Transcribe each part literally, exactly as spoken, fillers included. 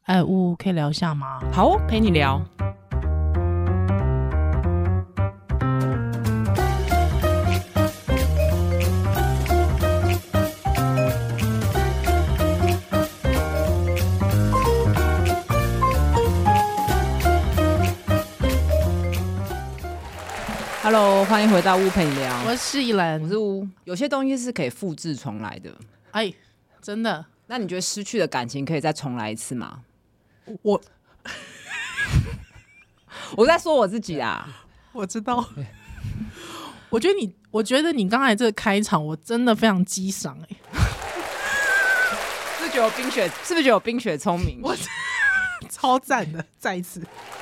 哎，呜，可以聊一下吗？ 好哦，陪你聊。Hello， 欢迎回到乌陪你聊。 我是依兰， 我是乌。有些东西是可以复制重来的。 哎，真的？ 那你觉得失去的感情可以再重来一次吗？ 我我在说我自己啦。 我知道。我觉得你，我觉得你刚才这个开场，我真的非常激赏哎、欸。 是不是觉得我冰雪？是不是觉得我冰雪聪明？ 我超赞的，再一次。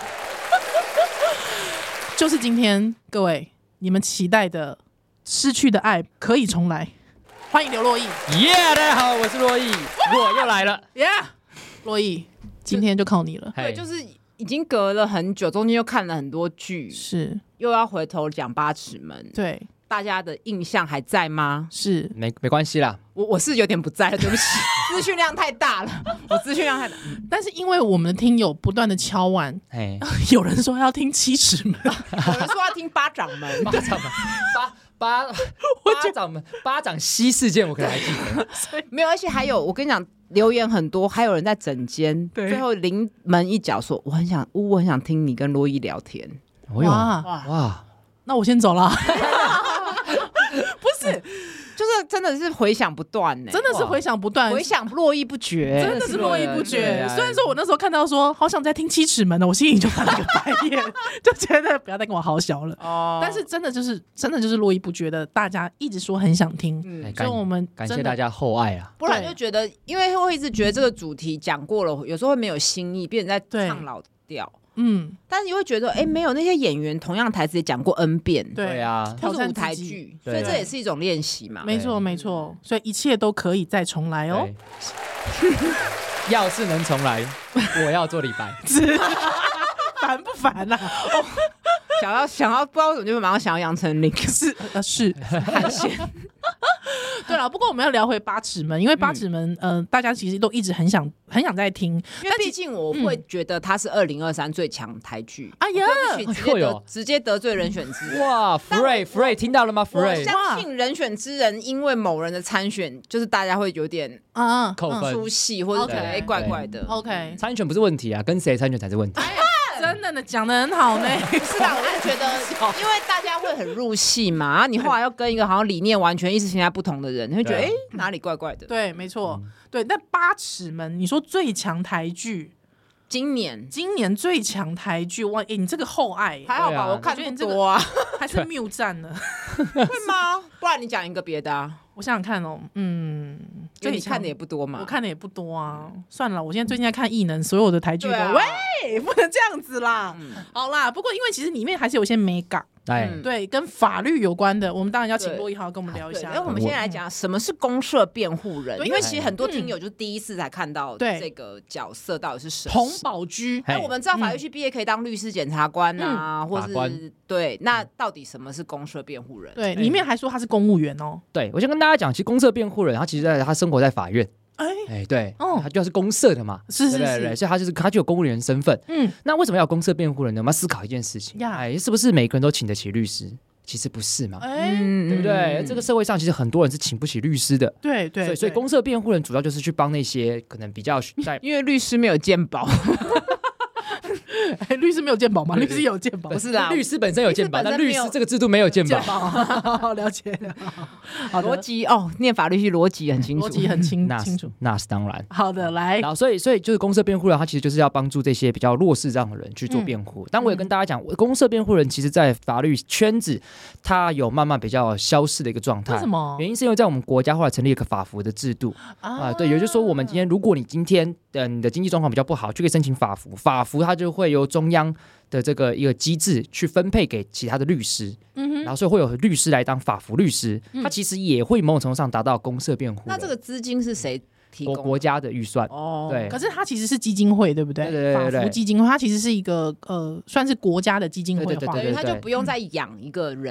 就是今天，各位，你们期待的失去的爱可以重来。欢迎刘若毅。 耶、yeah, 大家好，我是若毅，我又来了。 耶、yeah ，若毅，今天就靠你了。 对，就是已经隔了很久，中间又看了很多剧， 是又要回头讲八尺门。 对， 大家的印象还在吗？ 是， 没没关系啦。 我我是有点不在了，对不起，资讯量太大了，我资讯量太大。 但是因为我们的听友不断的敲碗，有人说要听七尺门， 有人说要听八掌门， 八掌门，八八八掌门，八掌溪事件，我可能还记得。 没有，而且还有，我跟你讲，留言很多，还有人在整间，最后临门一脚说，我很想，我很想听你跟洛伊聊天。 哇哇哇，那我先走了。不是。 就是真的是回响不断呢、欸， 真的是回响不断， 回响络绎不绝， 真的是络绎不绝。虽然说我那时候看到说好想再听七尺门的，我心里就翻了个白眼，就觉得不要再跟我好小了。哦，但是真的就是真的就是络绎不绝的，大家一直说很想听，嗯、所以我们感谢大家厚爱啊。 不然就觉得，因为会一直觉得这个主题讲过了，有时候会没有新意，变成在唱老调。嗯，但是你会觉得，哎、欸，没有那些演员同样台词也讲过 N 遍， 对啊， 或是舞台剧，所以这也是一种练习嘛。 没错，没错，所以一切都可以再重来哦。 要是能重来，我要做李白， 烦不烦啊？哦， 想要想要，不知道为什么就马上想要杨丞琳， 是呃是海鲜。对了，不过我们要聊回八尺门，因为八尺门，嗯、呃，大家其实都一直很想很想在听， 因为毕竟我会觉得它是二零二三最强台剧。 哎呀， 对不起，直接得直接得罪人选之人。 哇 ，Frey Frey 听到了吗 ？Frey， 我相信人选之人因为某人的参选，就是大家会有点啊扣分、 出戏，或者觉得哎怪怪的。 OK， 参选不是问题啊，跟谁参选才是问题。 真的呢，讲得很好呢。 是啊，我就觉得，因为大家会很入戏嘛，然后你后来要跟一个好像理念完全意识形态不同的人，你会觉得哎、欸、哪里怪怪的。 对，没错，嗯、对。但八尺门，你说最强台剧， 今年今年最强台剧，哇，哎、欸，你这个厚爱还好吧？啊、我看不多啊， 还是谬赞呢？ 会吗？不然你讲一个别的啊。 我想想看哦，嗯， 就你看的也不多嘛， 我看的也不多啊。算了，我现在最近在看异能，所有的台剧都、啊、喂，不能这样子啦。嗯、好啦，不过因为其实里面还是有些美感。嗯、对，跟法律有关的，我们当然要请洛一豪跟我们聊一下。 那我们先来讲什么是公社辩护人，因为其实很多听友就是第一次才看到这个角色到底是什么。 洪宝驹， 那我们知道法律系毕业可以当律师、检察官啊，嗯、或是对，那到底什么是公社辩护人？ 对，里面还说他是公务员哦。 对，我先跟大家讲，其实公社辩护人他其实在他生活在法院。哎哎，对，哦，他就是公社的嘛， 是是是， 对对对，所以他就是他就有公务员身份。嗯，那为什么要有公社辩护人呢？我们要思考一件事情，哎，是不是每个人都请得起律师？其实不是嘛，嗯，对不对？嗯、这个社会上其实很多人是请不起律师的， 对 对, 对， 所以所以公社辩护人主要就是去帮那些可能比较在， 因为律师没有健保。 欸、律师没有健保吗？律师有健保， 不是啊， 律师本身有健保，但律师这个制度没有健保。 保了解， 逻辑哦，念法律系逻辑很清楚， 逻辑很清那清楚， 那是当然。 好的，来， 然后所以所以就是公社辩护人，他其实就是要帮助这些比较弱势这样的人去做辩护。嗯、但我也跟大家讲，公社辩护人其实在法律圈子，他有慢慢比较消失的一个状态。 为什么？ 原因是因为在我们国家后来成立一个法服的制度啊、呃，对，也就是说，我们今天如果你今天呃你的经济状况比较不好，就可以申请法服，法服它就会由中央的这个一个机制去分配给其他的律师，嗯、然后所以会有律师来当法服律师，嗯、他其实也会某种程度上达到公社辩护。 那这个资金是谁提供？ 国家的预算哦，对。 可是它其实是基金会，对不对？ 对对对对， 法服基金会，它其实是一个呃，算是国家的基金会化， 等于他就不用再养一个人。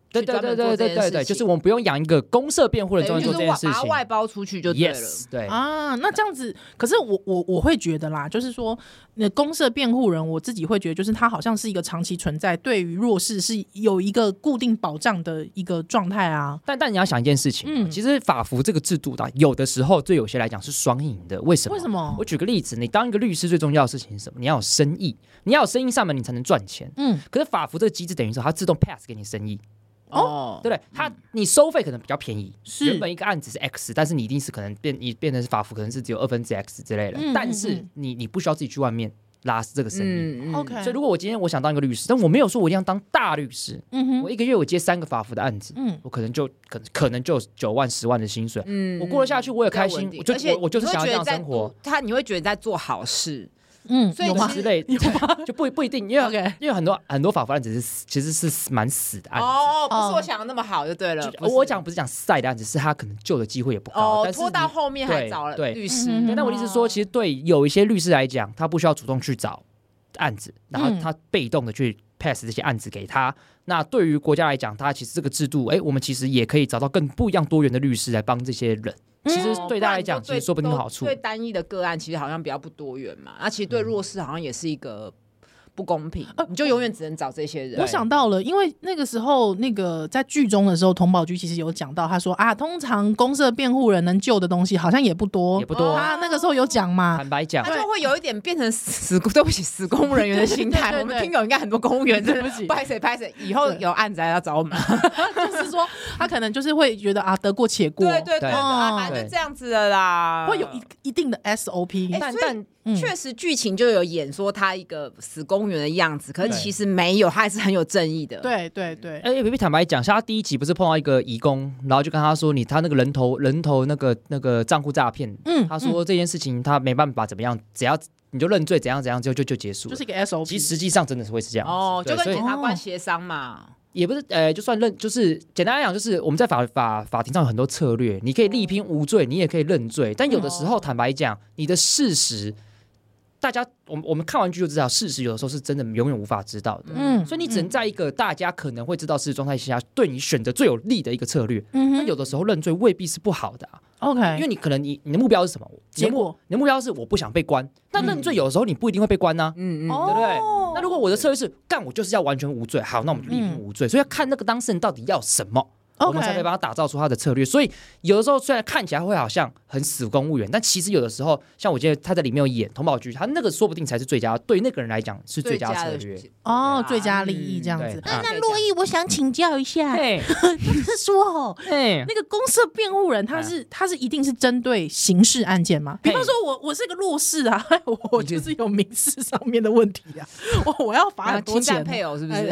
对对对对对对对，就是我们不用养一个公社辩护人专门做这件事情， 把它外包出去就对了。 yes, 对啊，那这样子，可是我我我会觉得啦，就是说，那公社辩护人，我自己会觉得，就是他好像是一个长期存在，对于弱势是有一个固定保障的一个状态啊。 但但你要想一件事情，嗯，其实法服这个制度的，有的时候对有些来讲是双赢的。为什么？ 为什么？我举个例子，你当一个律师最重要的事情是什么？你要有生意，你要有生意上门，你才能赚钱。嗯，可是法服这个机制等于说，它自动 pass 给你生意。哦，对不对？它你收费可能比较便宜，是原本一个案子是 X， 但是你一定是可能变你变成是法服，可能是只有二分之 X 之类的。嗯、但是你你不需要自己去外面拉这个生意。嗯、OK。所以如果我今天我想当一个律师，但我没有说我一定要当大律师。嗯哼。我一个月我接三个法服的案子，嗯，我可能就可可能就九万十万的薪水。嗯，我过得下去，我也开心。我就我我就是想要这样生活。 他你会觉得在做好事。 嗯， 所以之类就不不一定，因为 okay. 因为很多很多法服案子是其实是蛮死的案子哦，不是我想的那么好就对了。 我讲不是讲晒的案子，是他可能救的机会也不高， 哦， 但是拖到后面还找了律师。 嗯、但我的意思是说，其实对有一些律师来讲，他不需要主动去找案子，然后他被动的去 pass 这些案子给他。那对于国家来讲，他其实这个制度，哎，我们其实也可以找到更不一样多元的律师来帮这些人。其实对大家来讲，其实说不定有好处。 对单一的个案，其实好像比较不多元嘛。那其实对弱势好像也是一个不公平，嗯、你就永远只能找这些人。 我想到了，因为那个时候，那个在剧中的时候，童宝驹其实有讲到，他说啊，通常公社辩护人能救的东西好像也不多， 也不多。 他那个时候有讲嘛， 坦白讲， 他就会有一点变成死，对不起，死公务人员的心态。我们听友应该很多公务员，对不起，拍谁拍谁，以后有案子来要找我们。 就是说，他可能就是会觉得啊，得过且过， 对对对，啊，反正就这样子的啦， 会有一一定的 S O P， 但但。确实，剧情就有演说他一个死公务员的样子，可是其实没有，他还是很有正义的。 对对对。 哎、欸，坦白讲，像他第一集不是碰到一个移工，然后就跟他说：“你他那个人头人头那个那个账户诈骗。”嗯，他说这件事情他没办法怎么样，只要你就认罪，怎样怎样就就就结束了， 就是一个 S O P。 其实实际上真的是会是这样哦，就跟检察官协商嘛。 也不是，呃，就算认，就是简单来讲，就是我们在法法法庭上有很多策略，你可以力拼无罪，你也可以认罪，但有的时候，坦白讲，你的事实。大家，我们我们看完剧就知道，事实有的时候是真的永远无法知道的。嗯，所以你只能在一个大家可能会知道事实状态下，对你选择最有利的一个策略。嗯，但有的时候认罪未必是不好的、啊。 OK， 因为你可能你你的目标是什么？ 结果你的目标是我不想被关，但认罪有的时候你不一定会被关呢、啊。嗯嗯，对不对？哦、那如果我的策略是干，我就是要完全无罪，好，那我们就力拼无罪。嗯、所以要看那个当事人到底要什么。Okay. 我们才可以帮他打造出他的策略，所以有的时候虽然看起来会好像很死公务员，但其实有的时候，像我记得他在里面有演童宝驹，他那个说不定才是最佳，对那个人来讲是最佳策略哦，最佳利益这样子。那那洛毅，我想请教一下，就是说哦，那个公社辩护人他是他是一定是针对刑事案件吗？比方说我我是个弱势啊，我就是有民事上面的问题啊，我我要罚很多钱， 配偶是不是？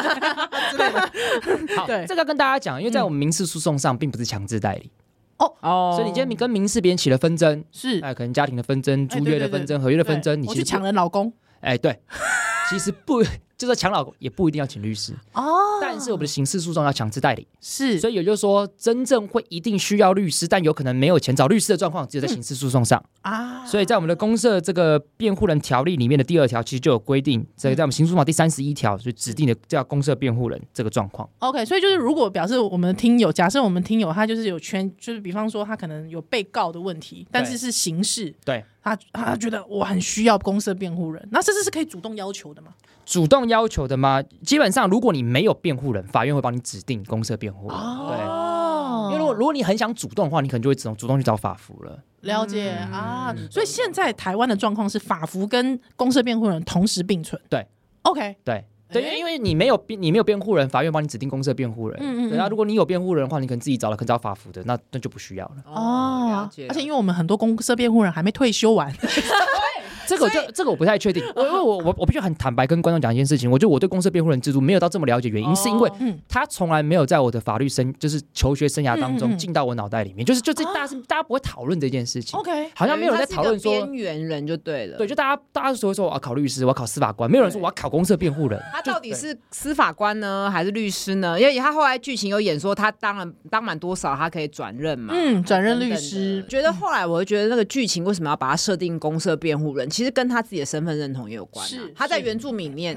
好，这个要跟大家讲，因为在在我们民事诉讼上，并不是强制代理哦哦，所以你今天你跟民事别人起了纷争， 是哎，可能家庭的纷争、租约的纷争、合约的纷争，你我去抢人老公， 哎，对，其实不就是抢老公也不一定要请律师哦，但是我们的刑事诉讼要强制代理， 是， 所以也就是说，真正会一定需要律师，但有可能没有钱找律师的状况，只有在刑事诉讼上啊。所以在我们的公社这个辩护人条例里面的第二条，其实就有规定，这在我们刑诉法第三十一条就指定的叫公社辩护人这个状况。 OK， 所以就是如果表示我们的听友，假设我们听友他就是有圈，就是比方说他可能有被告的问题，但是是刑事， 对， 他他觉得我很需要公社辩护人，那这是是可以主动要求的吗？ 主动要求的吗？基本上，如果你没有辩护人，法院会帮你指定公社辩护人。哦、对，因为如果如果你很想主动的话，你可能就会主动主动去找法服了。 了解、嗯、啊，所以现在台湾的状况是法服跟公社辩护人同时并存。 对 ，OK， 对。对，因为你没有你没有辩护人，法院帮你指定公社辩护人。嗯嗯。对，那如果你有辩护人的话，你可能自己找了，可能找法服的，那那就不需要了。 哦，了解。而且因为我们很多公社辩护人还没退休完。 这个就这个我不太确定，我因为我我我必须很坦白跟观众讲一件事情，我觉得我对公社辩护人制度没有到这么了解，原因是因为他从来没有在我的法律生就是求学生涯当中进到我脑袋里面，就是就这大家大家不会讨论这件事情。 OK， 好像没有人在讨论说边缘人就对了。 对，就大家大家说说我要考律师，我要考司法官，没有人说我要考公社辩护人。 他到底是司法官呢，还是律师呢？因为他后来剧情有演说，他当然当满多少，他可以转任嘛。 嗯，转任律师。 觉得后来我会觉得那个剧情为什么要把他设定公社辩护人，其实跟他自己的身份认同也有关、啊。是他在原住民里面，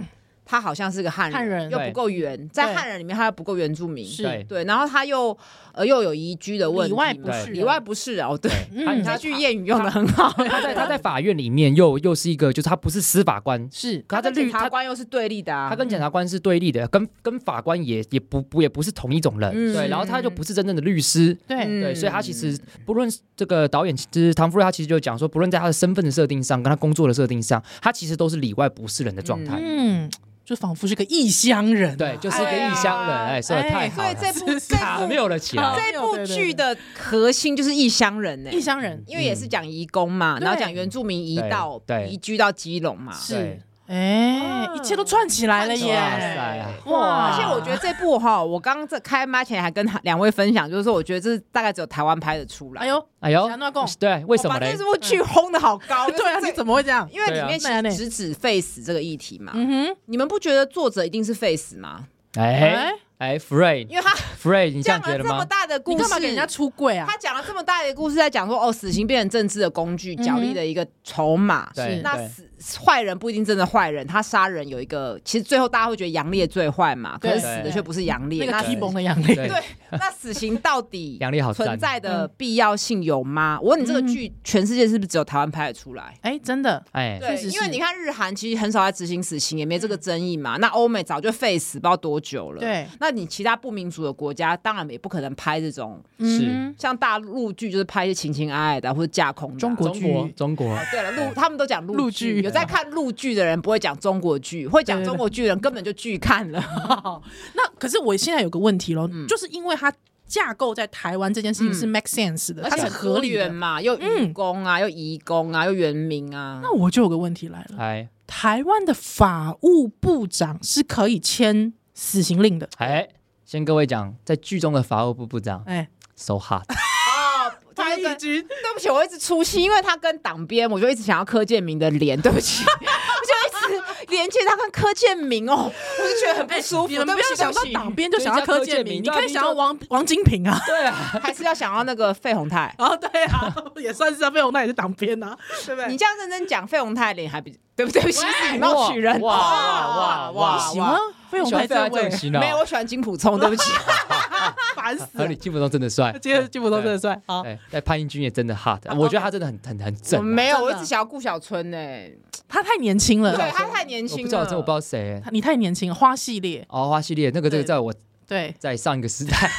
他好像是个汉人， 汉人又不够原，在汉人里面他又不够原住民，是对，然后他又呃又有移居的问题， 里外不是， 里外不是哦，对， 嗯， 他句谚语用的很好， 他在他在法院里面又又是一个，就是他不是司法官， 是他跟检察官又是对立的啊， 他跟检察官是对立的，跟跟法官也也不不也不是同一种人，对，然后他就不是真正的律师， 对对，所以他其实不论这个导演就是唐福瑞，他其实就讲说，不论在他的身份的设定上，跟他工作的设定上，他其实都是里外不是人的状态， 嗯。就仿佛是个异乡人， 对，就是一个异乡人，哎，说的太好了。 所以这部这部没有了起来。 这部剧的核心就是异乡人，哎， 异乡人， 因为也是讲移工嘛，然后讲原住民移到移居到基隆嘛， 是。哎，一切都串起来了耶！ 哇！而且我觉得这部哈，我刚刚在开麦前还跟两位分享，就是说我觉得这大概只有台湾拍得出来。 哎呦， 哎呦，对，为什么呢？ 把这部剧轰得好高， 对啊，你怎么会这样？ 因为里面其实直指废死这个议题嘛。嗯哼，你们不觉得作者一定是废死吗？ 哎。哎 ，Frey， 因为他 Frey， 你这样觉得吗？ 这么大的故事， 你干嘛给人家出柜啊？ 他讲了这么大的故事，在讲说哦，死刑变成政治的工具，角力的一个筹码。 对， 那死坏人不一定真的坏人，他杀人有一个，其实最后大家会觉得杨烈最坏嘛，可是死的却不是杨烈， 那个 T 崩的杨烈。 对，那死刑到底杨烈好存在的必要性有吗？我问你，这个剧全世界是不是只有台湾拍得出来？ 哎，真的， 哎， 对，因为你看日韩其实很少在执行死刑，也没这个争议嘛。那欧美早就废死不知道多久了。 对， 那你其他不民主的国家，当然也不可能拍这种， 是像大陆剧就是拍一些情情爱爱的或者架空的。 中国剧， 中国。 对了，陆他们都讲陆剧，有在看陆剧的人不会讲中国剧，会讲中国剧的人根本就剧看了。 那可是我现在有个问题咯，就是因为它架构在台湾这件事情是 make sense 的，它是合理的嘛，又移工啊，又移工啊，又原民啊。 那我就有个问题来了， 哎， 台湾的法务部长是可以签死刑令的。 哎，先各位讲，在剧中的法务部部长，哎 ，so hot。 他一局，对不起，我一直出戏，因为他跟党鞭，我就一直想要柯建铭的脸，对不起，我就一直连接他跟柯建铭哦，我就觉得很不舒服。 你们不要想到党鞭就想要柯建铭，你可以想要王王金平啊， 对啊，还是要想要那个费鸿泰哦，对啊，也算是啊，费鸿泰也是党鞭啊，对不对？ 你这样认真讲，费鸿泰脸还比对不对？不起，以貌取人， 哇哇哇！ 喜欢费鸿泰这位， 没有，我喜欢金溥聪，对不起。 烦死了！ 你金溥聪真的帅， 今天金溥聪真的帅。好， 对，潘英军也真的 hot， 我觉得他真的很很很正。 没有，我一直想要顾小春呢， 他太年轻了， 对他太年轻了。 我不知道这我不知道谁， 你太年轻了。花系列哦，花系列那个这个在我对在上一个时代。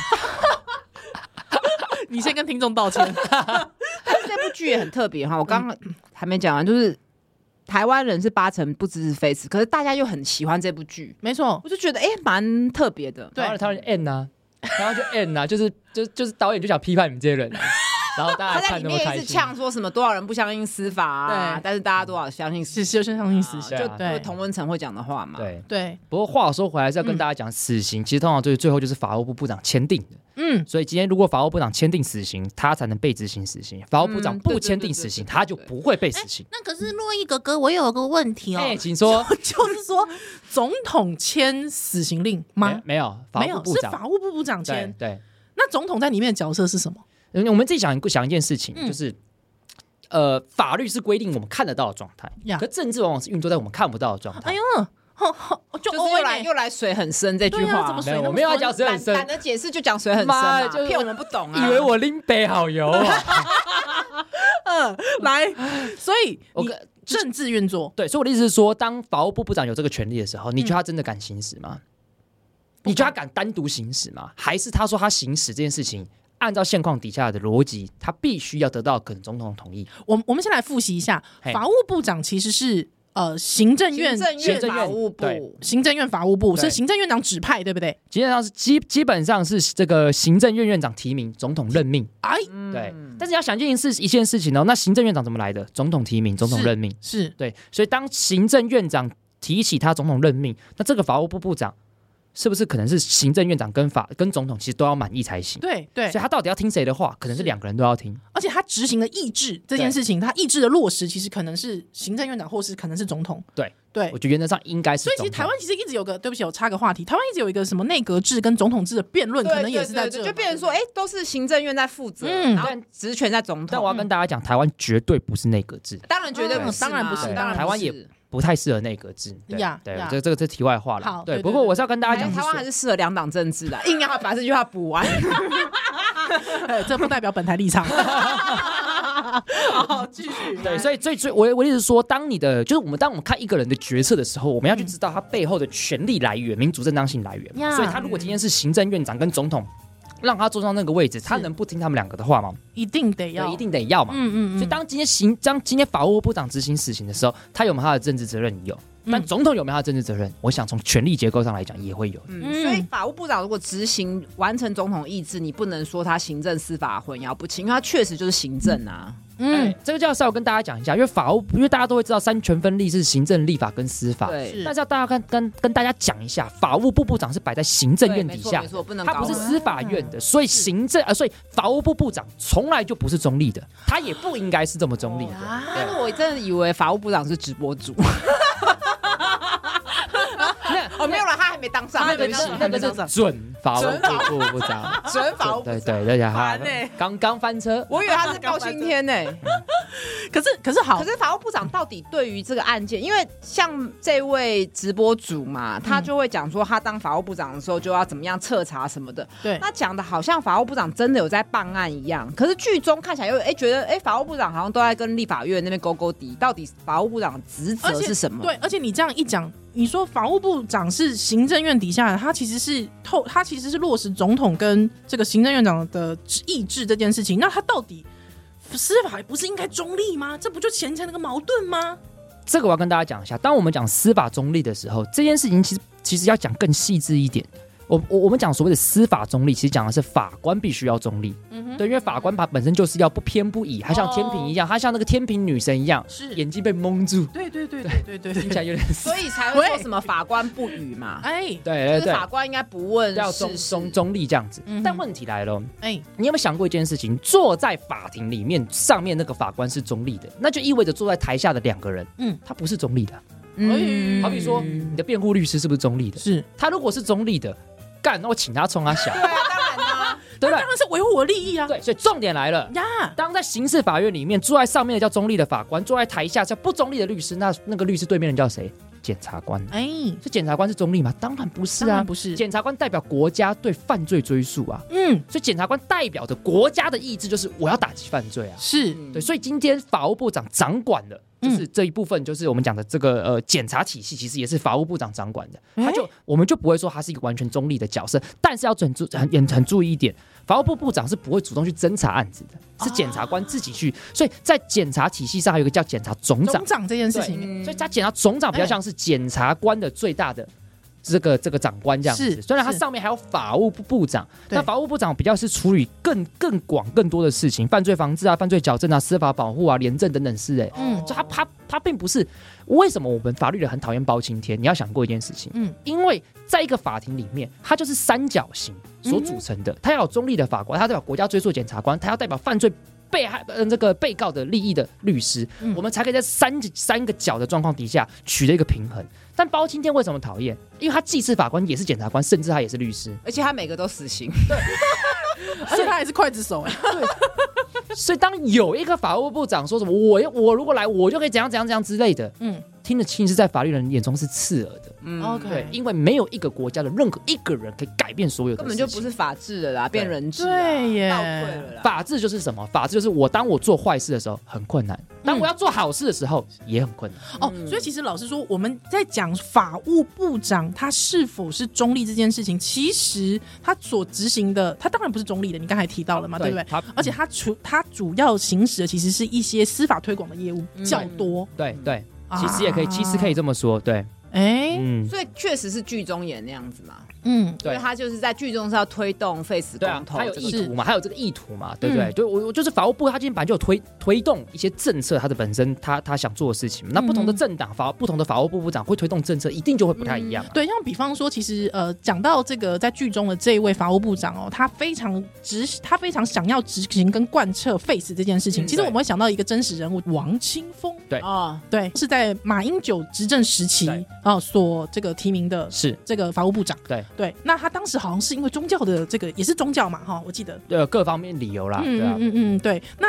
你先跟听众道歉。 但是这部剧也很特别哈，我刚刚还没讲完，就是台湾人是八成不支持废死，可是大家又很喜欢这部剧， 没错， 我就觉得哎蛮特别的。 对，台湾人 N 啊。然后就 end 啊，就是就就是导演就想批判你们这些人、啊，然后大家看那么开心。他在里面一直呛说什么多少人不相信司法啊，但是大家多少相信， 是就相信死刑， 就对同温层会讲的话嘛。 对对。 不过话说回来是要跟大家讲，死刑、嗯、其实通常最最后就是法务部部长签订的。嗯，所以今天如果法务部长签订死刑，他才能被执行死刑；法务部长不签订死刑，他就不会被死刑。 那可是洛毅哥哥，我有个问题哦， 哎、欸，请说， 就, 就是说总统签死刑令吗？ 没有，法务部长是法务部部长签。 对。对那总统在里面的角色是什么？ 我们自己想想一件事情，嗯、就是，呃，法律是规定我们看得到的状态，可政治往往是运作在我们看不到的状态。 哎呦，就就是又来又来水很深这句话， 啊、怎么水？ 我没有要讲水很深， 懒得解释就讲水很深、啊，就骗我们不懂啊， 以为我拎杯好油啊。 嗯，来，所以你政治运作， 对，所以我的意思是说，当法务部部长有这个权利的时候，你觉得他真的敢行使吗？嗯你觉得他敢单独行使吗？还是他说他行使这件事情，按照现况底下的逻辑，他必须要得到可能总统的同意？ 我我们先来复习一下，法务部长其实是呃行政院行政院法务部， 行政院法务部是行政院长指派，对不对？ 基本上是基基本上是这个行政院院长提名，总统任命。哎，对。但是要想一件事一件事情哦，那行政院长怎么来的？总统提名，总统任命， 是对。所以当行政院长提起他总统任命，那这个法务部部长。是不是可能是行政院长跟法跟总统其实都要满意才行？ 对对， 所以他到底要听谁的话？可能是两个人都要听。 而且他执行的意志这件事情，他意志的落实，其实可能是行政院长，或是可能是总统。 对对， 我觉得原则上应该是。 所以其实台湾其实一直有个，对不起，我插个话题，台湾一直有一个什么内阁制跟总统制的辩论，可能也是在这， 就变成说，哎，都是行政院在负责，嗯，然后职权在总统。 但我要跟大家讲，台湾绝对不是内阁制， 当然绝对不是， 当然不是，当然台湾也不太适合内阁制。对呀对， 呀这这个是题外话了。对， 好对对不过我是要跟大家讲， 台湾还是适合两党政治的，硬要把这句话补完。 这不代表本台立场。好，继续。 对，所以最最我我一直说，当你的就是我们当我们看一个人的决策的时候，我们要去知道他背后的权力来源、民主正当性来源。 呀所以他如果今天是行政院长跟总统，让他坐上那个位置，他能不听他们两个的话吗？ 一定得要， 对，一定得要嘛。 嗯嗯嗯。 所以当今天行，当今天法务部长执行死刑的时候，他有没有他的政治责任？有。但总统有没有他的政治责任？我想从权力结构上来讲，也会有。 嗯，所以法务部长如果执行完成总统意志，你不能说他行政司法混淆不清，因为他确实就是行政啊。 嗯，欸、这个就要稍微跟大家讲一下，因为法务，因为大家都会知道三权分立是行政、立法跟司法， 对。 但是要大家跟跟跟大家讲一下，法务部部长是摆在行政院底下， 没错，不能， 他不是司法院的，所以行政啊，所以法务部部长从来就不是中立的，他也不应该是这么中立的。 但是我真的以为法务部长是直播主。哦，没有了，他还没当上， 对不起，那个是准法务部部长， 准法务部对对对，他刚刚翻车， 我以为他是包青天呢。 可是可是好， 可是法务部长到底对于这个案件，因为像这位直播主嘛，他就会讲说，他当法务部长的时候就要怎么样彻查什么的。 对， 那讲的好像法务部长真的有在办案一样，可是剧中看起来又哎觉得哎法务部长好像都在跟立法院那边勾勾底，到底法务部长的职责是什么？ 对，而且你这样一讲。你说法务部长是行政院底下的，他其实是透，他其实是落实总统跟这个行政院长的意志这件事情。那他到底司法不是应该中立吗？这不就形成了个矛盾吗？ 这个我要跟大家讲一下。当我们讲司法中立的时候，这件事情其实其实要讲更细致一点。我我我们讲所谓的司法中立，其实讲的是法官必须要中立。嗯、对，因为法官他本身就是要不偏不倚，他像天平一样，他、哦、像那个天平女神一样，是眼睛被蒙住。 对对对对对对， 听起来有点。 所以才会说什么法官不语嘛。哎， 对对对， 就是法官应该不问要中中中立这样子。嗯、但问题来了，哎，你有没有想过一件事情？坐在法庭里面，上面那个法官是中立的，那就意味着坐在台下的两个人，嗯，他不是中立的。嗯，好比说你的辩护律师是不是中立的？ 是， 他如果是中立的。干，那我请他冲他小。 对啊，当然啦， 对不对？ 当然是维护我利益啊。 对，所以重点来了呀。当在刑事法院里面坐在上面的叫中立的法官，坐在台下叫不中立的律师，那那个律师对面人叫谁？检察官。哎，这检察官是中立吗？当然不是啊， 不是。 检察官代表国家对犯罪追诉啊。嗯，所以检察官代表着国家的意志，就是我要打击犯罪啊。 是对，所以今天法务部长掌管的。就是这一部分，就是我们讲的这个呃检察体系，其实也是法务部长掌管的。他就我们就不会说他是一个完全中立的角色，但是要很注很很注意一点，法务部部长是不会主动去侦查案子的，是检察官自己去。所以在检察体系上，还有一个叫检察总长。 总长这件事情， 所以他检察总长比较像是检察官的最大的。这个这个长官这样子，虽然他上面还有法务部部长，但法务部长比较是处理更更广更多的事情，犯罪防治啊、犯罪矫正啊、司法保护啊、廉政等等事。哎，嗯，所以他他他并不是为什么我们法律人很讨厌包青天？你要想过一件事情，嗯，因为在一个法庭里面，它就是三角形所组成的，他要有中立的法官，他代表国家追诉检察官，他要代表犯罪。被害呃这个被告的利益的律师，嗯、我们才可以在三三个角的状况底下取得一个平衡。但包青天为什么讨厌？因为他既是法官，也是检察官，甚至他也是律师， 而且他每个都死刑。 对，而且他还是刽子手哎。 对，所以当有一个法务部长说什么我我如果来我就可以怎样怎样怎样之类的，嗯，听得清是在法律人眼中是刺耳的。嗯 ，OK， 对，因为没有一个国家的任何一个人可以改变所有的事情， 根本就不是法治的啦，变人治、啊， 对耶， 倒退了啦。 法治就是什么？法治就是我当我做坏事的时候很困难，当我要做好事的时候也很困难。 嗯、哦，所以其实老实说，我们在讲法务部长他是否是中立这件事情，其实他所执行的，他当然不是中立的。你刚才提到了嘛，对, 对不对？而且他主他主要行使的其实是一些司法推广的业务、嗯、较多。 对对，其实也可以，啊、其实可以这么说，对。 哎，嗯、所以确实是剧中演那样子嘛。嗯，对，他就是在剧中是要推动废死公投， 还有意图嘛，还有这个意图嘛，对不对？就我就是法务部，他今天本来就有推推动一些政策，他的本身他他想做的事情。那不同的政党法不同的法务部部长会推动政策，一定就会不太一样、啊嗯。 对，像比方说，其实呃，讲到这个在剧中的这一位法务部长哦，他非常执，他非常想要执行跟贯彻废死这件事情。嗯、其实我们会想到一个真实人物王清峰， 对啊，对，是在马英九执政时期啊、呃、所这个提名的， 是这个法务部长。 对对，那他当时好像是因为宗教的这个也是宗教嘛哈，我记得对各方面理由啦， 嗯、对啊，嗯嗯嗯，对。那当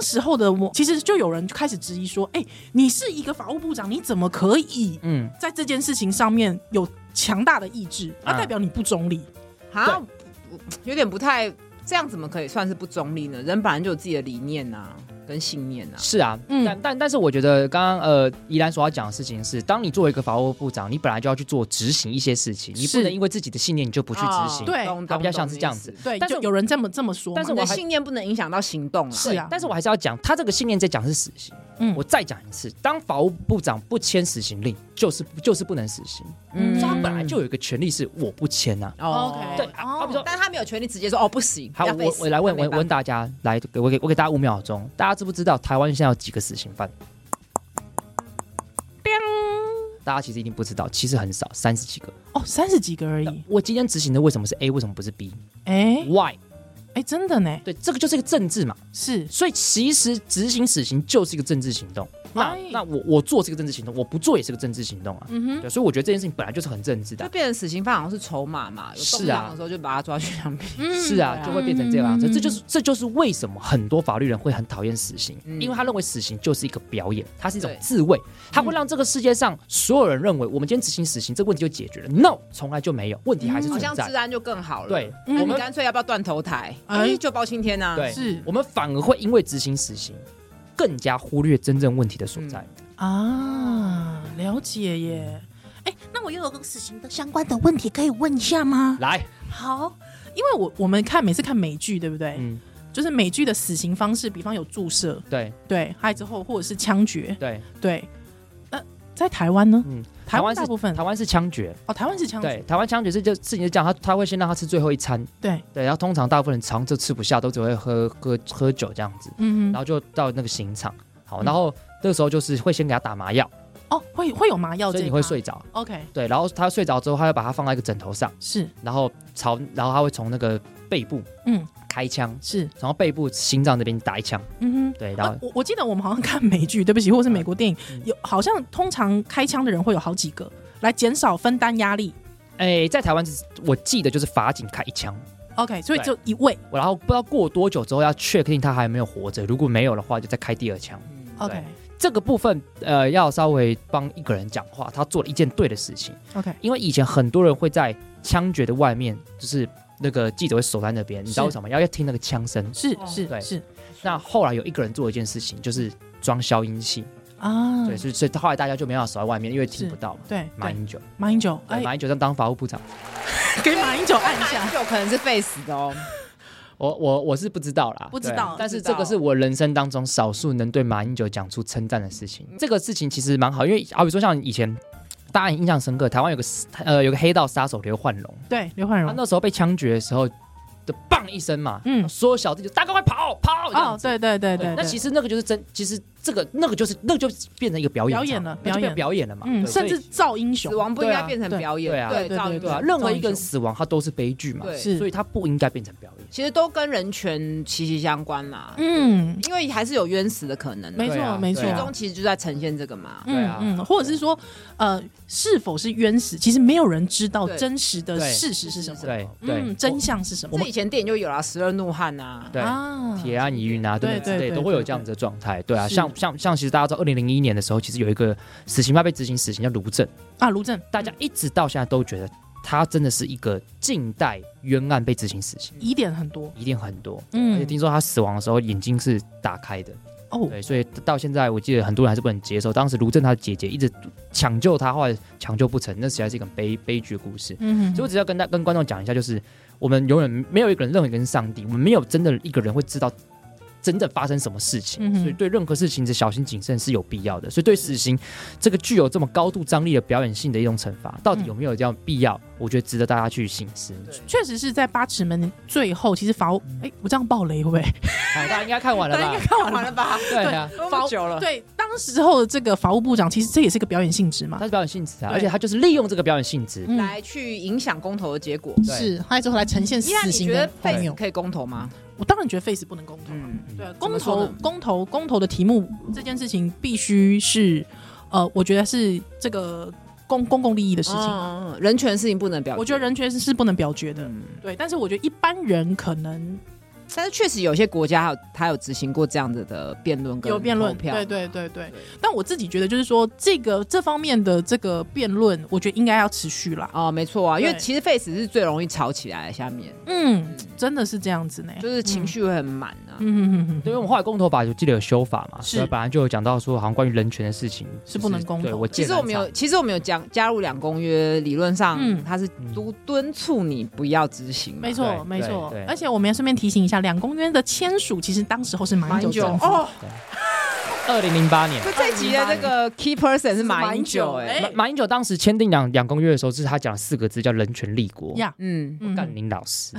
时候的我，其实就有人开始质疑说，哎、欸，你是一个法务部长，你怎么可以嗯在这件事情上面有强大的意志？那、嗯、代表你不中立啊？有点不太这样，怎么可以算是不中立呢？人本来就有自己的理念啊。跟信念啊， 是啊，嗯、但但但是我觉得刚刚呃宜兰所要讲的事情是，当你作为一个法务部长，你本来就要去做执行一些事情，你不能因为自己的信念你就不去执行，哦、 对， 它比较像是这样子， 对，但是有人这么这么说， 但是我的信念不能影响到行动啦， 是啊，但是我还是要讲，他这个信念在讲是死刑，嗯，我再讲一次，当法务部长不签死刑令，就是就是不能死刑，嗯，所以他本来就有一个权利是我不签呐、 啊，哦， 对， 好比说，但他没有权利直接说哦不行， 好，我我来问问问大家，来，我给我给大家五秒钟，大家知不知道台湾现在有几个死刑犯？大家其实一定不知道，其实很少，三十几个。 哦，三十几个而已。 我今天执行的为什么是 A， 为什么不是 B？ 哎 ，Why？ 哎，真的呢？ 对，这个就是一个政治嘛。 是， 所以其实执行死刑就是一个政治行动。那那我我做这个政治行动，我不做也是个政治行动啊。嗯哼，对，所以我觉得这件事情本来就是很政治的， 就变成死刑犯好像是筹码嘛，有动荡的时候就把他抓去枪毙。 是啊，就会变成这样子。这就是这就是为什么很多法律人会很讨厌死刑，因为他认为死刑就是一个表演，它是一种自卫，它会让这个世界上所有人认为我们今天执行死刑，这个问题就解决了。No， 从来就没有，问题还是存在。 好像治安就更好了。 对， 我们干脆要不要断头台？哎，就包青天啊。 对， 是我们反而会因为执行死刑，更加忽略真正问题的所在。 啊，了解耶。哎，那我又有个死刑的相关的问题可以问一下吗？ 来， 好，因为我我们看每次看美剧，对不对？嗯，就是美剧的死刑方式，比方有注射， 对对，还有之后或者是枪决， 对对。那、呃、在台湾呢？嗯， 台湾大部分台湾是枪决哦，台湾是枪决， 对，台湾枪决是就事情是这样，他他会先让他吃最后一餐， 对对，然后通常大部分人常就吃不下，都只会喝喝喝酒这样子，嗯，然后就到那个刑场，好，然后。这个时候就是会先给他打麻药哦，会会有麻药， 所以你会睡着。 OK， 对，然后他睡着之后，他会把它放在一个枕头上， 是， 然后朝，然后他会从那个背部，嗯，开枪， 是， 然后背部心脏这边打一枪，嗯哼，对，然后、 啊、我我记得我们好像看美剧，对不起，或者是美国电影，嗯、有好像通常开枪的人会有好几个，来减少分担压力。 哎，在台湾我记得就是法警开一枪。 OK， 所以就一位， 然后不知道过多久之后要确定他还没有活着，如果没有的话，就再开第二枪。 嗯、OK。 这个部分，呃，要稍微帮一个人讲话，他做了一件对的事情。 OK， 因为以前很多人会在枪决的外面，就是那个记者会守在那边，你知道为什么？要要听那个枪声。 是是， 对是。 那后来有一个人做一件事情，就是装消音器啊，对，所以所以后来大家就没办法守在外面，因为听不到嘛。 对， 马英九， 马英九， 对，马英九在当法务部长， 给马英九按一下， 马英九可能是废死的哦。 我我我是不知道啦， 不知道， 但是这个是我人生当中少数能对马英九讲出称赞的事情。这个事情其实蛮好，因为好比说像以前大家印象深刻，台湾有个呃有个黑道杀手刘焕荣， 对，刘焕荣， 他那时候被枪决的时候。的棒一声嘛，嗯，所有小弟就大哥快跑跑， 哦，对对对 对, 对， 那其实那个就是真，其实这个那个就是那个就变成一个表演表演了， 表演表演了嘛， 嗯，甚至造英雄， 死亡不应该变成表演， 对啊， 对对对啊，任何一个人死亡它都是悲剧嘛， 是， 所以它不应该变成表演， 其实都跟人权息息相关啦，嗯，因为还是有冤死的可能， 没错没错， 最终其实就在呈现这个嘛， 对啊， 嗯，或者是说呃是否是冤死，其实没有人知道真实的事实是什么， 对对， 真相是什么， 这以前电影就有了。十二怒汉啊， 对，铁案疑云啊，对对对，都会有这样子的状态，对啊，像像像，其实大家知道，二零零一年的时候，其实有一个死刑犯被执行死刑叫卢正啊，卢正， 大家一直到现在都觉得他真的是一个近代冤案被执行死刑， 疑点很多， 疑点很多，嗯，而且听说他死亡的时候眼睛是打开的。哦，对，所以到现在我记得很多人还是不能接受。当时卢正他的姐姐一直抢救他，后来抢救不成，那实在是一个悲悲剧的故事。嗯，所以我只要跟大跟观众讲一下，就是我们永远没有一个人认为跟上帝，我们没有真的一个人会知道真的发生什么事情，嗯、所以对任何事情的小心谨慎是有必要的。所以对死刑这个具有这么高度张力的表演性的一种惩罚，到底有没有这样必要？我觉得值得大家去省思。 确实是在八尺门最后，其实法务，哎，我这样爆雷会不会？ 大家应该看完了吧？ 应该看完了吧？ 对啊， 法久了。对，当时候的这个法务部长，其实这也是个表演性质嘛， 他是表演性质啊，而且他就是利用这个表演性质、 嗯、来去影响公投的结果。 是，还有之后来呈现死刑的。 你觉得 Face 可以公投吗？ 我当然觉得 Face 不能公投、啊。嗯，对，公投公投公投的题目这件事情必须是，呃，我觉得是这个。公公共利益的事情、 嗯，人权的事情不能表决， 我觉得人权是不能表决的、嗯，对。但是我觉得一般人可能但是确实有些国家有他有执行过这样子的辩论跟有辩论， 票， 对对对 对, 对。但我自己觉得就是说，这个这方面的这个辩论，我觉得应该要持续啦。 哦，没错啊，因为其实 Face 是最容易吵起来的下面， 嗯，嗯真的是这样子呢， 就是情绪会很满啊。 嗯嗯嗯嗯， 对，因为我们后来公投法就记得有修法嘛， 是本来就有讲到说，好像关于人权的事情是不能公投。 对，我其实我们有，其实我们有讲加入两公约，理论上、嗯、它是督敦促你不要执行嘛。 没错没错，而且我们也顺便提醒一下，两公约的签署其实当时候是马英九政府哦。 二零零八年， 这集的这个 key person 是马英九哎、 欸，马英九当时签订两两公约的时候，是他讲四个字叫人权立国。 呀， 嗯， 干林老师。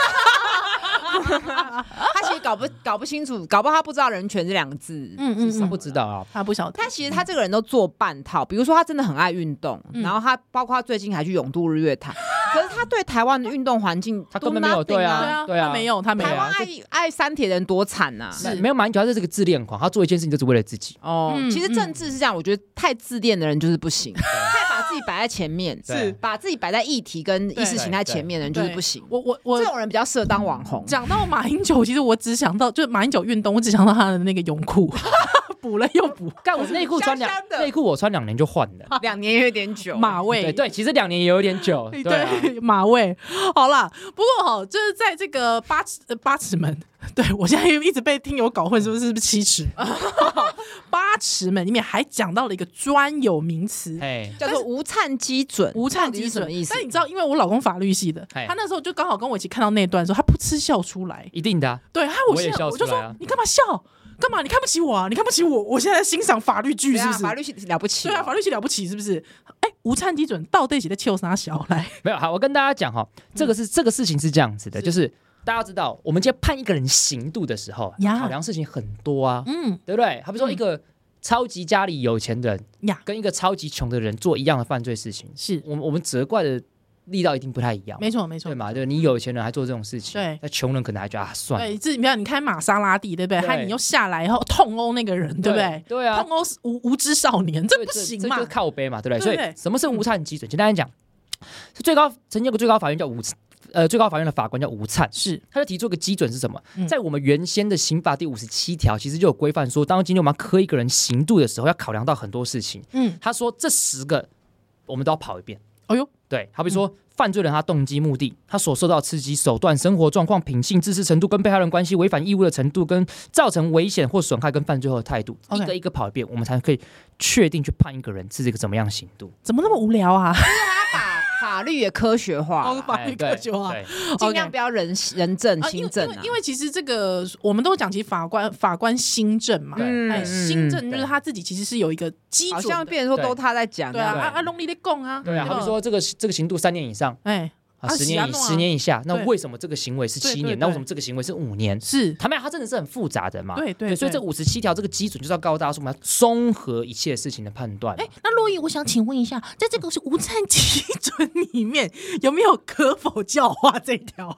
他其实搞不搞不清楚，搞不好他不知道人权这两个字， 嗯嗯， 他不知道啊， 他不晓得。 他其实他这个人都做半套，比如说他真的很爱运动，嗯、然后他包括他最近还去泳渡日月潭，可是他对台湾的运动环境他根本没有对啊，对啊， 他没有，他没有。 台湾爱爱三铁的人多惨呐、啊， 是没有马英九，他是这个自恋狂，他做一件事情就是为了自己。 哦，嗯、其实政治是这样，我觉得太自恋的人就是不行。自己摆在前面，是把自己摆在议题跟意识形态前面的人就是不行。 我我我这种人比较适合当网红。 讲到马英九，其实我只想到就是马英九运动，我只想到他的那个泳裤，补了又补。 干我内裤穿两内裤我穿两年就换了， 两年有点久。 马味对对，其实两年也有点久。 对， 对啊、 马味。好啦，不过哈，就是在这个八尺八尺门。对，我现在一直被听友搞混，是不是？是不是七尺？八尺门里面还讲到了一个专有名词， 叫做无产基准。 无产基准什么意思？ 但你知道，因为我老公法律系的，他那时候就刚好跟我一起看到那段的时候，他噗嗤笑出来。 一定的、啊， 对，他我现在我就说，你干嘛笑？干嘛？你看不起我啊？你看不起我？我现在在欣赏法律剧，是不是？ 法律系了不起、 哦？对啊，法律系了不起，是不是？哎，无产基准到底写在秋啥小来？ 没有，好，我跟大家讲哈，这个是、嗯、这个事情是这样子的，是就是大家知道，我们今天判一个人刑度的时候，考量事情很多啊，嗯，对不对？好比说一个超级家里有钱的人呀，跟一个超级穷的人做一样的犯罪事情，是我们我们责怪的力道一定不太一样， 没错没错， 对嘛？对，你有钱人还做这种事情， 对， 那穷人可能还觉得啊算了， 对，自己比如你开玛莎拉蒂，对不对？害你又下来以后痛殴那个人，对不对？ 对啊， 痛殴无无知少年，这不行嘛？ 这就是靠背嘛，对不对？所以什么是无产基准？简单讲，最高曾经有个最高法院叫无呃最高法院的法官叫吴灿， 是他就提出一个基准是什么？嗯、在我们原先的刑法第五十七条，其实就有规范说，当今天我们要科一个人刑度的时候，要考量到很多事情。嗯，他说这十个我们都要跑一遍。 哎呦， 对，好比说。嗯犯罪人他动机、目的，他所受到刺激、手段、生活状况、品性、知识程度、跟被害人关系、违反义务的程度、跟造成危险或损害跟犯罪后的态度， okay. 一个一个跑一遍，我们才可以确定去判一个人是这个怎么样的刑度。 怎么那么无聊啊？ 法律也科学化， 哦、法律科学化， 尽量不要人人证、心证、啊因为。因为其实这个我们都讲，其实法官法官心证嘛，哎，心证就是他自己其实是有一个基准的， 好像变成说都他在讲， 对啊，啊啊，拢你在讲啊， 对啊，好比说这个这个刑度三年以上，哎。啊，十年以十年以下，那为什么这个行为是七年？那为什么这个行为是五年？ 是， 他们它真的是很复杂的嘛？ 对 对, 对， 所以这五十七条这个基准就是要告诉大家说，我们要综合一切事情的判断。 哎，那洛伊，我想请问一下，在这个是无产基准里面有没有可否教化这一条？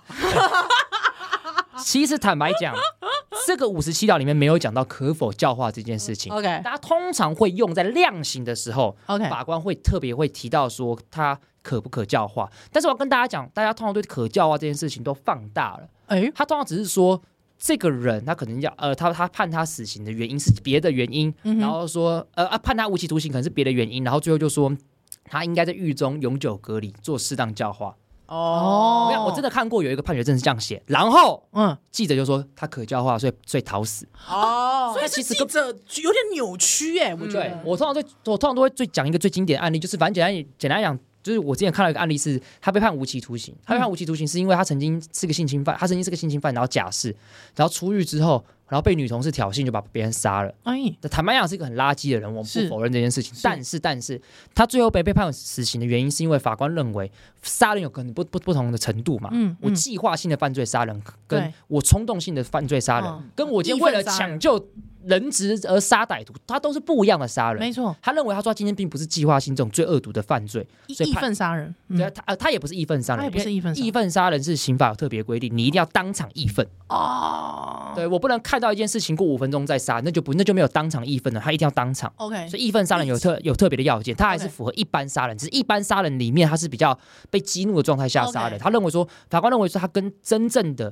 其实坦白讲，这个五十七条里面没有讲到可否教化这件事情。 OK， 大家通常会用在量刑的时候 ，OK， 法官会特别会提到说他可不可教化。但是我要跟大家讲，大家通常对可教化这件事情都放大了。哎，他通常只是说这个人他可能要呃，他他判他死刑的原因是别的原因，嗯、然后说呃啊判他无期徒刑可能是别的原因，然后最后就说他应该在狱中永久隔离，做适当教化。哦，我真的看过有一个判决真的是这样写，然后嗯，记者就说他可教化，所以所以逃死。 哦，所以其实记者有点扭曲哎，我觉得。 对，我通常最我通常都会最讲一个最经典的案例，就是反正简单简单讲。就是我之前看到一个案例是，他被判无期徒刑。他被判无期徒刑是因为他曾经是个性侵犯，他曾经是个性侵犯，然后假释，然后出狱之后，然后被女同事挑衅，就把别人杀了。哎，坦白讲是一个很垃圾的人，我们不否认这件事情。但是，但是他最后被被判死刑的原因，是因为法官认为杀人有可能不不不同的程度嘛。嗯，我计划性的犯罪杀人，跟我冲动性的犯罪杀人，嗯、跟我今天为了抢救人质而杀歹徒，他都是不一样的杀人。 没错， 他认为他说他今天并不是计划性这种最恶毒的犯罪， 所以义愤杀人。 对、嗯，他呃他也不是义愤杀人， 他也不是义愤杀人。 义愤杀人是刑法有特别规定，你一定要当场义愤。哦，对我不能看到一件事情过五分钟再杀，那就不那就没有当场义愤了，他一定要当场。 OK， 所以义愤杀人有特有特别的要件，他还是符合一般杀人，只是一般杀人里面他是比较被激怒的状态下杀人。Okay. 他认为说法官认为说他跟真正的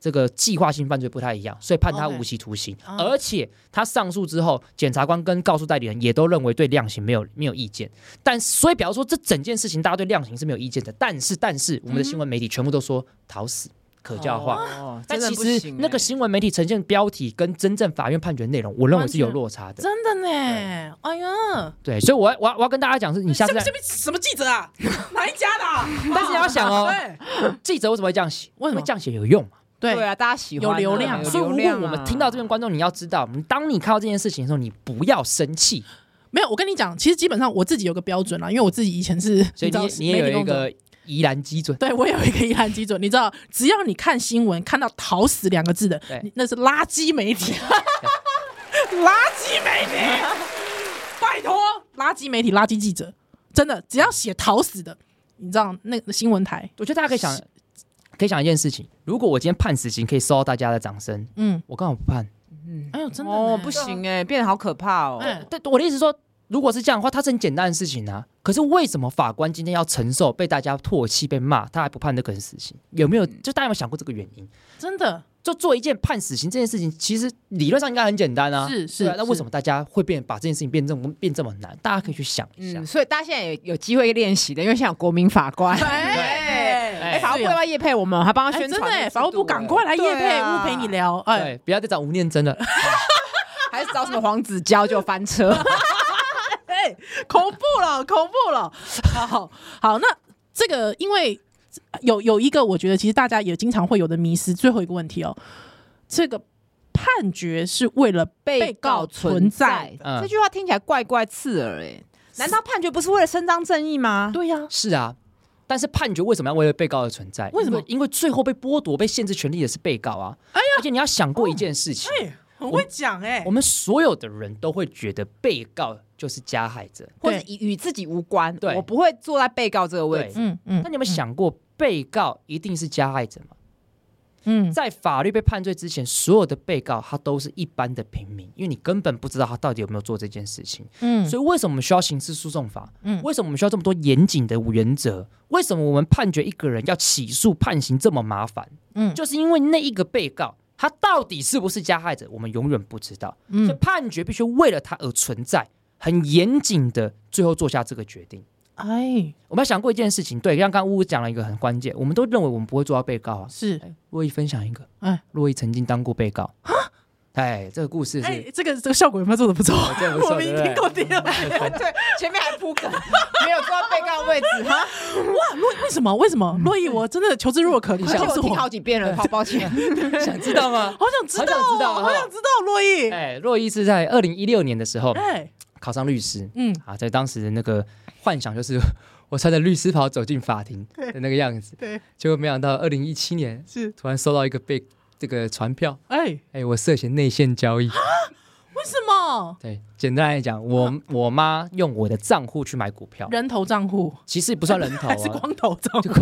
这个计划性犯罪不太一样，所以判他无期徒刑。Okay. 而且他上诉之后，检察官跟告诉代理人也都认为对量刑没有没有意见。但所以，比方说这整件事情，大家对量刑是没有意见的。但是，但是我们的新闻媒体全部都说讨死。可教化、哦，但其实那个新闻媒体呈现标题跟真正法院判决内容，我认为是有落差的。 真的呢，哎呀， 对，所以我要我要我要跟大家讲是，你下次什么什么记者啊，哪一家的、啊？ 但是你要想哦，记者为什么会这样写？为什么这样写有用嘛？ 对对啊，大家喜欢有流量， 所以如果我们听到这边观众，你要知道，当你看到这件事情的时候，你不要生气。 没有，我跟你讲，其实基本上我自己有个标准啦，因为我自己以前是， 所以你你也有一个。宜兰基准， 对我有一个宜兰基准，你知道，只要你看新闻看到“讨死”两个字的，那是垃圾媒体，垃圾媒体，拜托，垃圾媒体、垃圾记者，真的，只要写“讨死”的，你知道那个新闻台， 我觉得大家可以想，可以想一件事情：如果我今天判死刑，可以收到大家的掌声，嗯，我刚好不判， 嗯，哎呦，真的哦，不行哎、欸，变得好可怕哦。 对，对，我的意思是说。如果是这样的话，它是很简单的事情啊。可是为什么法官今天要承受被大家唾弃、被骂，他还不判那个人死刑？有没有？就大家有没有想过这个原因？ 真的， 就做一件判死刑这件事情，其实理论上应该很简单啊。 是是、啊， 那为什么大家会变把这件事情变这么变这么难？大家可以去想一下。 嗯、所以大家现在有有机会练习的，因为现在有国民法官。哎，法务部要不要业配我们？还帮他宣传、欸？ 真的，法务部赶快来业配，我陪你聊。 哎，对，不要再找吴念真了， 还是找什么黄子佼就翻车。 恐怖了，恐怖了！好好，那这个因为有有一个，我觉得其实大家也经常会有的迷思。最后一个问题哦，这个判决是为了被告存在， 嗯、这句话听起来怪怪刺耳哎。难道判决不是为了伸张正义吗？ 对呀、啊， 是啊。但是判决为什么要为了被告而存在？ 为什么？ 因为最后被剥夺、被限制权利的是被告啊！哎呀，而且你要想过一件事情。哦很会讲哎、欸， 我们所有的人都会觉得被告就是加害者， 或者与自己无关。 对， 我不会坐在被告这个位置。 嗯嗯。那你有没有想过，被告一定是加害者吗？嗯，在法律被判罪之前，所有的被告他都是一般的平民，因为你根本不知道他到底有没有做这件事情。嗯，所以为什么我们需要刑事诉讼法？嗯，为什么我们需要这么多严谨的原则？为什么我们判决一个人要起诉判刑这么麻烦？嗯，就是因为那一个被告。他到底是不是加害者，我们永远不知道。嗯、所以判决必须为了他而存在，很严谨的，最后做下这个决定。哎，我们要想过一件事情，对，像刚刚呜呜讲了一个很关键，我们都认为我们不会做到被告啊。 是， 洛伊分享一个，哎，洛伊曾经当过被告。哎，这个故事是， 哎，这个这个效果有没有做的不错？我没听过第二遍，对，前面还铺梗，没有坐到被告位置哈。 哇，洛为什么？为什么？洛伊，我真的求知若渴，你想我听好几遍了，好抱歉。 想知道吗？ 好想知道，好想知道，好想知道。洛伊， 哎，洛伊是在二零一六年的时候，哎，考上律师，嗯，啊，在当时的那个幻想就是我穿着律师袍走进法庭的那个样子，对，结果没想到二零一七年是突然收到一个被。这个传票，哎哎，我涉嫌内线交易， 为什么？ 对，简单来讲，我我妈用我的账户去买股票， 人头账户， 其实不算人头、啊， 还是光头账户。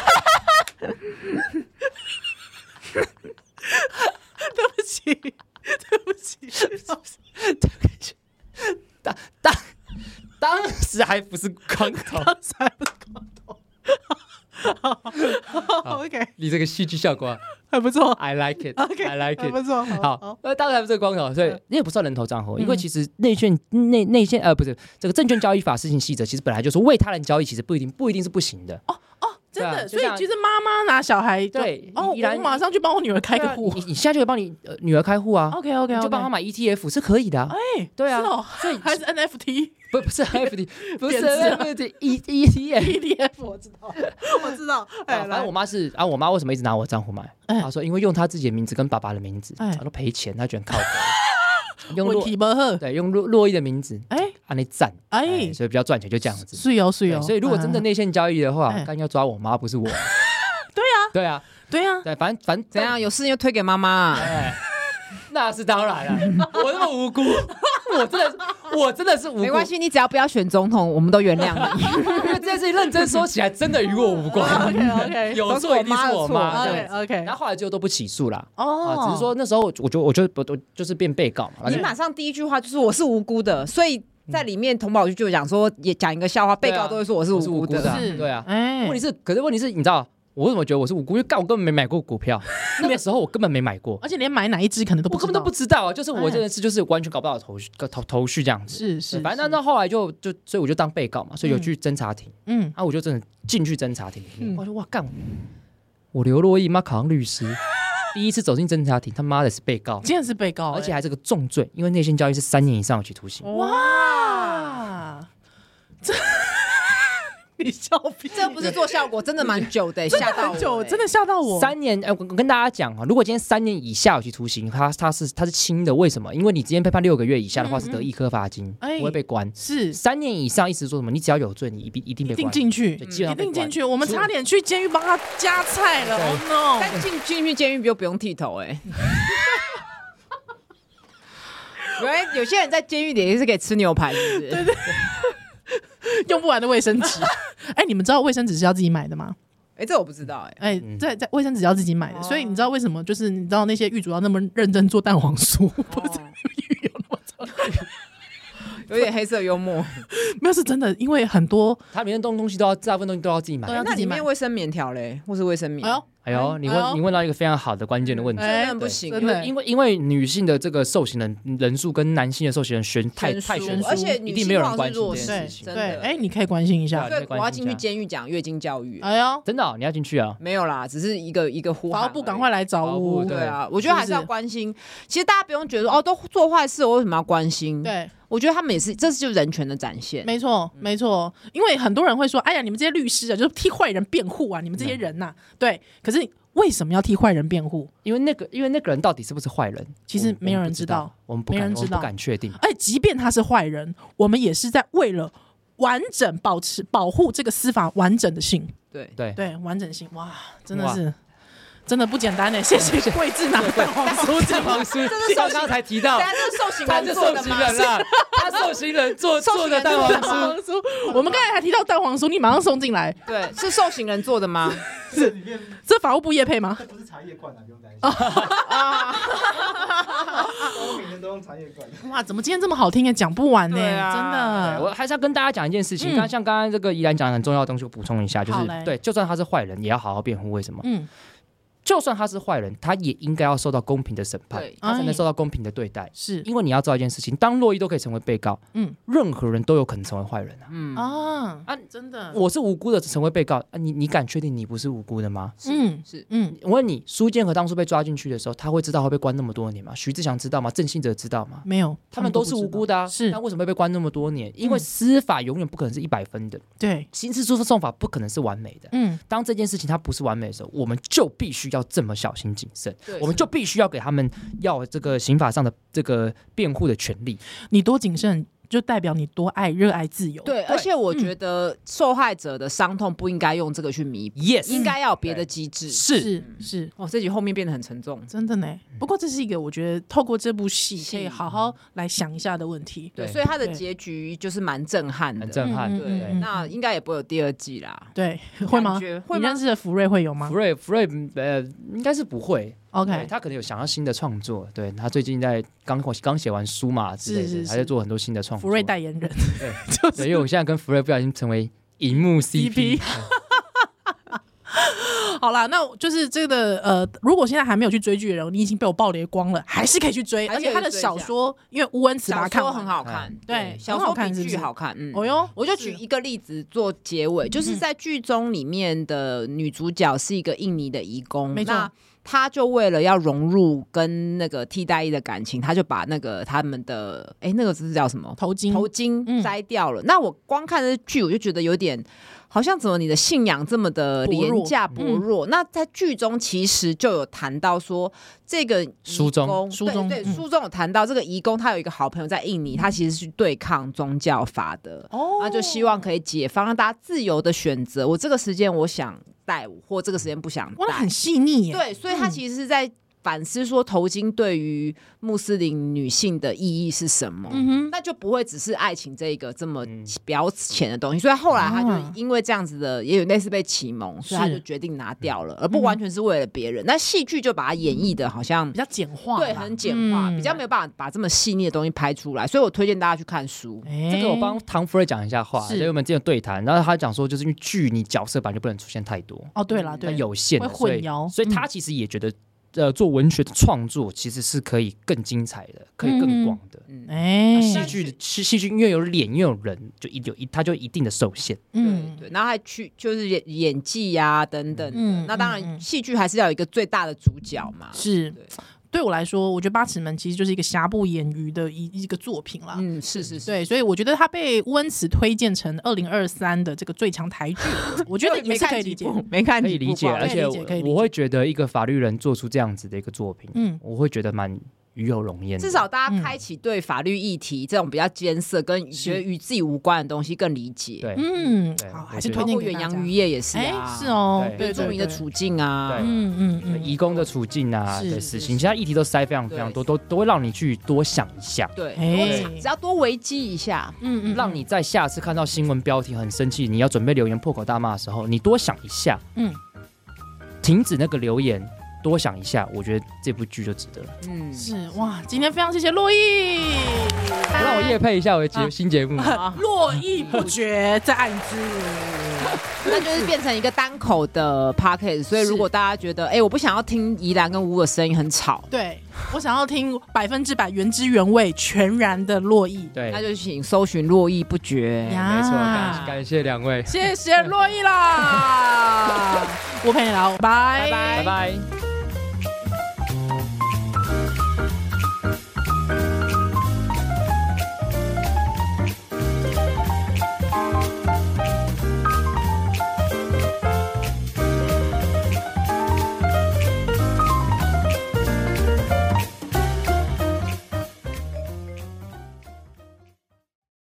对不起，对不起，对不起， 当当当时还不是光头， 当时还不是光头。好 ，OK， 你这个戏剧效果、啊、 还不错 ，I like it，I、okay, like it， 还不错。 好，那当然还不是光头，所以你也不算人头账户、嗯，因为其实内线内内线呃不是这个证券交易法施行细则，其实本来就说为他人交易，其实不一定不一定是不行的。哦哦， 真的，啊、所以其实妈妈拿小孩对， 哦，我马上去帮我女儿开个户， 你你现在就可以帮你、呃、女儿开户啊。 OK OK，, okay 就帮她买 E T F 是可以的、啊。哎、欸， 对啊，是哦、所以还是 N F T。 不不是 N F T， 不是 N F T，E E T F，E T F 我知道，我知道。 哎，反正我妈是啊，我妈为什么一直拿我账户买？她说因为用她自己的名字跟爸爸的名字，她都赔钱，她觉得靠北。 用问题不好， 对，用洛洛伊的名字，哎，按那赞，哎，所以比较赚钱，就这样子。 是哦，是哦。 所以如果真的内线交易的话，刚要抓我妈，不是我。 对啊， 对啊， 对啊， 对，反正反正怎样，有事就推给妈妈。 那是当然了，我那么无辜，我真的是，我真的是无辜。 没关系，你只要不要选总统，我们都原谅你。 因为这件事情认真说起来，真的与我无关。 OK OK， 有错一定是我妈。 OK OK， 然后后来就都不起诉啦。哦，只是说那时候我就我就我就是变被告嘛。 你马上第一句话就是我是无辜的，所以在里面童宝就讲说，也讲一个笑话，被告都会说我是无辜的。 是，对啊。问题是，可是问题是，你知道？ 我为什么觉得我是无辜？因为干我根本没买过股票，那时候我根本没买过， 而且连买哪一支可能都不知道， 我根本都不知道啊！就是我这件事就是完全搞不到头绪头头绪这样子。 是是， 反正到后来就就所以我就当被告嘛，所以有去侦查庭，嗯，啊，我就真的进去侦查庭里面，我说哇干，我刘若英妈考上律师。第一次走进侦查庭，他妈的是被告， 竟然是被告、欸， 而且还是个重罪，因为内线交易是三年以上有期徒刑。 哇，这你笑屁！ 这不是做效果，真的蛮久的，吓到我、 久，真的吓到我。 三年，哎、欸，我跟大家讲啊，如果今天三年以下有期徒刑，它它是它是轻的，为什么？因为你今天被判六个月以下的话，是得一颗罚金，嗯嗯不会被关。 是三年以上，意思说什么？你只要有罪，你一定一定被关， 一定进去， 基本上一定进去。我们差点去监狱帮他加菜了 ，Oh no！ 但进进去监狱又不用剃头哎、欸。原来有些人在监狱里也是可以吃牛排，是不是？ 对对。用不完的卫生纸，哎、欸，你们知道卫生纸是要自己买的吗？ 哎、欸，这我不知道、欸，哎， 哎，在在卫生纸要自己买的，哦、所以你知道为什么？就是你知道那些狱主要那么认真做蛋黄酥，哦、不是狱有那么重， 有点黑色幽默， 没有是真的，因为很多它里面东东西都要，大部分东西都要自己买， 都要自己买。 那里面卫生棉条嘞，或是卫生棉？ 哎呦。 哎呦，你问、哎、你问到一个非常好的关键的问题， 真的不行， 因为因为因为女性的这个受刑人人数跟男性的受刑人悬太太悬殊， 而且一定没有人关心这件事情。 对，哎、欸，你可以关心一下。 对，我要进去监狱讲月经教育。 哎呦， 真的、哦，你要进去啊？ 没有啦，只是一个一个呼喊。 法务部赶快来找我。 对啊，我觉得还是要关心。其实大家不用觉得哦，都做坏事，我为什么要关心？ 对。 我觉得他们也是，这是就是人权的展现。 没错，没错，因为很多人会说：“哎呀，你们这些律师啊，就是替坏人辩护啊，你们这些人呐、啊。嗯”对，可是为什么要替坏人辩护？ 因为那个，因为那个人到底是不是坏人， 其实没有人知道， 我们不敢，没人知道，不敢确定。 哎，即便他是坏人，我们也是在为了完整保持、保护这个司法完整的性。 对对对，完整性，哇，真的是。真的不简单呢，谢谢桂智拿蛋黄酥， 蛋黄酥，这是刚刚才提到， 这是受刑人做的吗？ 他受刑人做做的蛋黄酥， 我们刚才还提到蛋黄酥，你马上送进来， 对，是受刑人做的吗？ 是，这法务部业配吗？ 这不是茶叶罐啊，不用担心。啊，我每年都用茶叶罐。 哇，怎么今天这么好听也讲不完呢？ 啊、 真的， 我还是要跟大家讲一件事情，刚、嗯、像刚刚这个宜兰讲的很重要的东西，我补充一下，就是对，就算他是坏人，也要好好辩护。为什么？嗯。就算他是坏人，他也应该要受到公平的审判，他才能受到公平的对待。 是因为你要知道一件事情，当洛伊都可以成为被告，嗯，任何人都有可能成为坏人啊。嗯啊啊，真的， 我是无辜的成为被告啊，你你敢确定你不是无辜的吗？ 嗯，是嗯。我问你，苏建和当初被抓进去的时候，他会知道会被关那么多年吗？徐志祥知道吗？郑信哲知道吗？ 没有， 他们都是无辜的啊。 是， 那为什么会被关那么多年？因为司法永远不可能是一百分的， 对， 刑事诉讼法不可能是完美的。嗯，当这件事情它不是完美的时候，我们就必须要这么小心谨慎，我们就必须要给他们要这个刑法上的这个辩护的权利。 你多谨慎，就代表你多爱、热爱自由。 对，而且我觉得受害者的伤痛不应该用这个去弥补 ，yes， 应该要有别的机制。 是是是， 哦，这集后面变得很沉重， 真的呢。不过这是一个我觉得透过这部戏可以好好来想一下的问题。 对，所以它的结局就是蛮震撼的， 很震撼。 对，那应该也不会有第二季啦。 对，会吗？ 会吗？ 你认识的福瑞会有吗？ 福瑞，福瑞，呃，应该是不会。 OK， 他可能有想要新的创作，对他最近在刚刚写完书嘛之类的，是是是，还在做很多新的创作。 福瑞代言人， 对，就是、对，因为我现在跟福瑞不小心成为荧幕 C P。 好啦，那就是这个呃，如果现在还没有去追剧的人，你已经被我爆雷光了，还是可以去追。而且他的小说，因为吴文慈把它看完， 很好看， 对， 小说比剧好看。嗯， 哦哟， 我就举一个例子做结尾，就是在剧中里面的女主角是一个印尼的移工， 没错。 他就为了要融入跟那个替代役的感情，他就把那个他们的哎那个是叫什么头巾头巾摘掉了。嗯、那我光看这剧，我就觉得有点好像怎么你的信仰这么的廉价薄弱。嗯、那在剧中其实就有谈到说，这个书中书中对对、嗯、书中有谈到这个移工，他有一个好朋友在印尼，他其实是对抗宗教法的，哦，那就希望可以解放，让大家自由的选择。我这个时间我想带或这个时间不想带， 哇，很细腻耶。 对，所以他其实是在反思说头巾对于穆斯林女性的意义是什么，嗯哼，那就不会只是爱情这个这么表浅的东西。所以后来他就因为这样子的，也有类似被启蒙，所以他就决定拿掉了，而不完全是为了别人。那戏剧就把它演绎的好像比较简化， 对，很简化，比较没有办法把这么细腻的东西拍出来。所以我推荐大家去看书。 这个我帮唐福瑞讲一下话，所以我们之前有对谈，然后他讲说，就是因为剧你角色本来就不能出现太多。 哦，对了，对， 有限的， 会混淆， 所以他其实也觉得。呃，做文学的创作其实是可以更精彩的，可以更广的。哎、嗯，戏剧戏戏剧因为有脸，因为有人，就一有一，它就一定的受限。 嗯，对对。然后还去就是演演技呀、啊、等等的。嗯，那当然，戏剧还是要有一个最大的主角嘛。 是。对我来说，我觉得《八尺门》其实就是一个瑕不掩瑜的一一个作品啦。 嗯，是是是， 对，所以我觉得他被乌恩慈推荐成二零二三的这个最强台剧，我觉得也是可以理解， 没看可以理解，而且 我, 我会觉得一个法律人做出这样子的一个作品，嗯，我会觉得蛮与有荣焉的。 至少大家开启对法律议题、嗯、这种比较艰涩跟觉得与自己无关的东西更理解。 对， 嗯，好，还是推荐远洋渔业也是啊， 是哦， 原住民的处境啊， 嗯嗯嗯，移工的处境啊，对，死刑，其他议题都塞非常非常多，都都会让你去多想一下。 对，只要多维基一下， 嗯嗯，让你在下次看到新闻标题很生气，你要准备留言破口大骂的时候，你多想一下，嗯，停止那个留言。多想一下，我觉得这部剧就值得了。 嗯，是哇，今天非常谢谢洛毅， 让我业配一下我的节、啊、新节目， 络绎不绝在暗自， 那就是变成一个单口的 podcast。所以如果大家觉得，哎、欸，我不想要听宜兰跟吴的声音很吵， 对我想要听百分之百原汁原味、全然的洛毅， 对， 那就请搜寻络绎不绝。 没错，感感谢两位， 谢谢洛毅啦，我陪你聊，拜拜拜拜。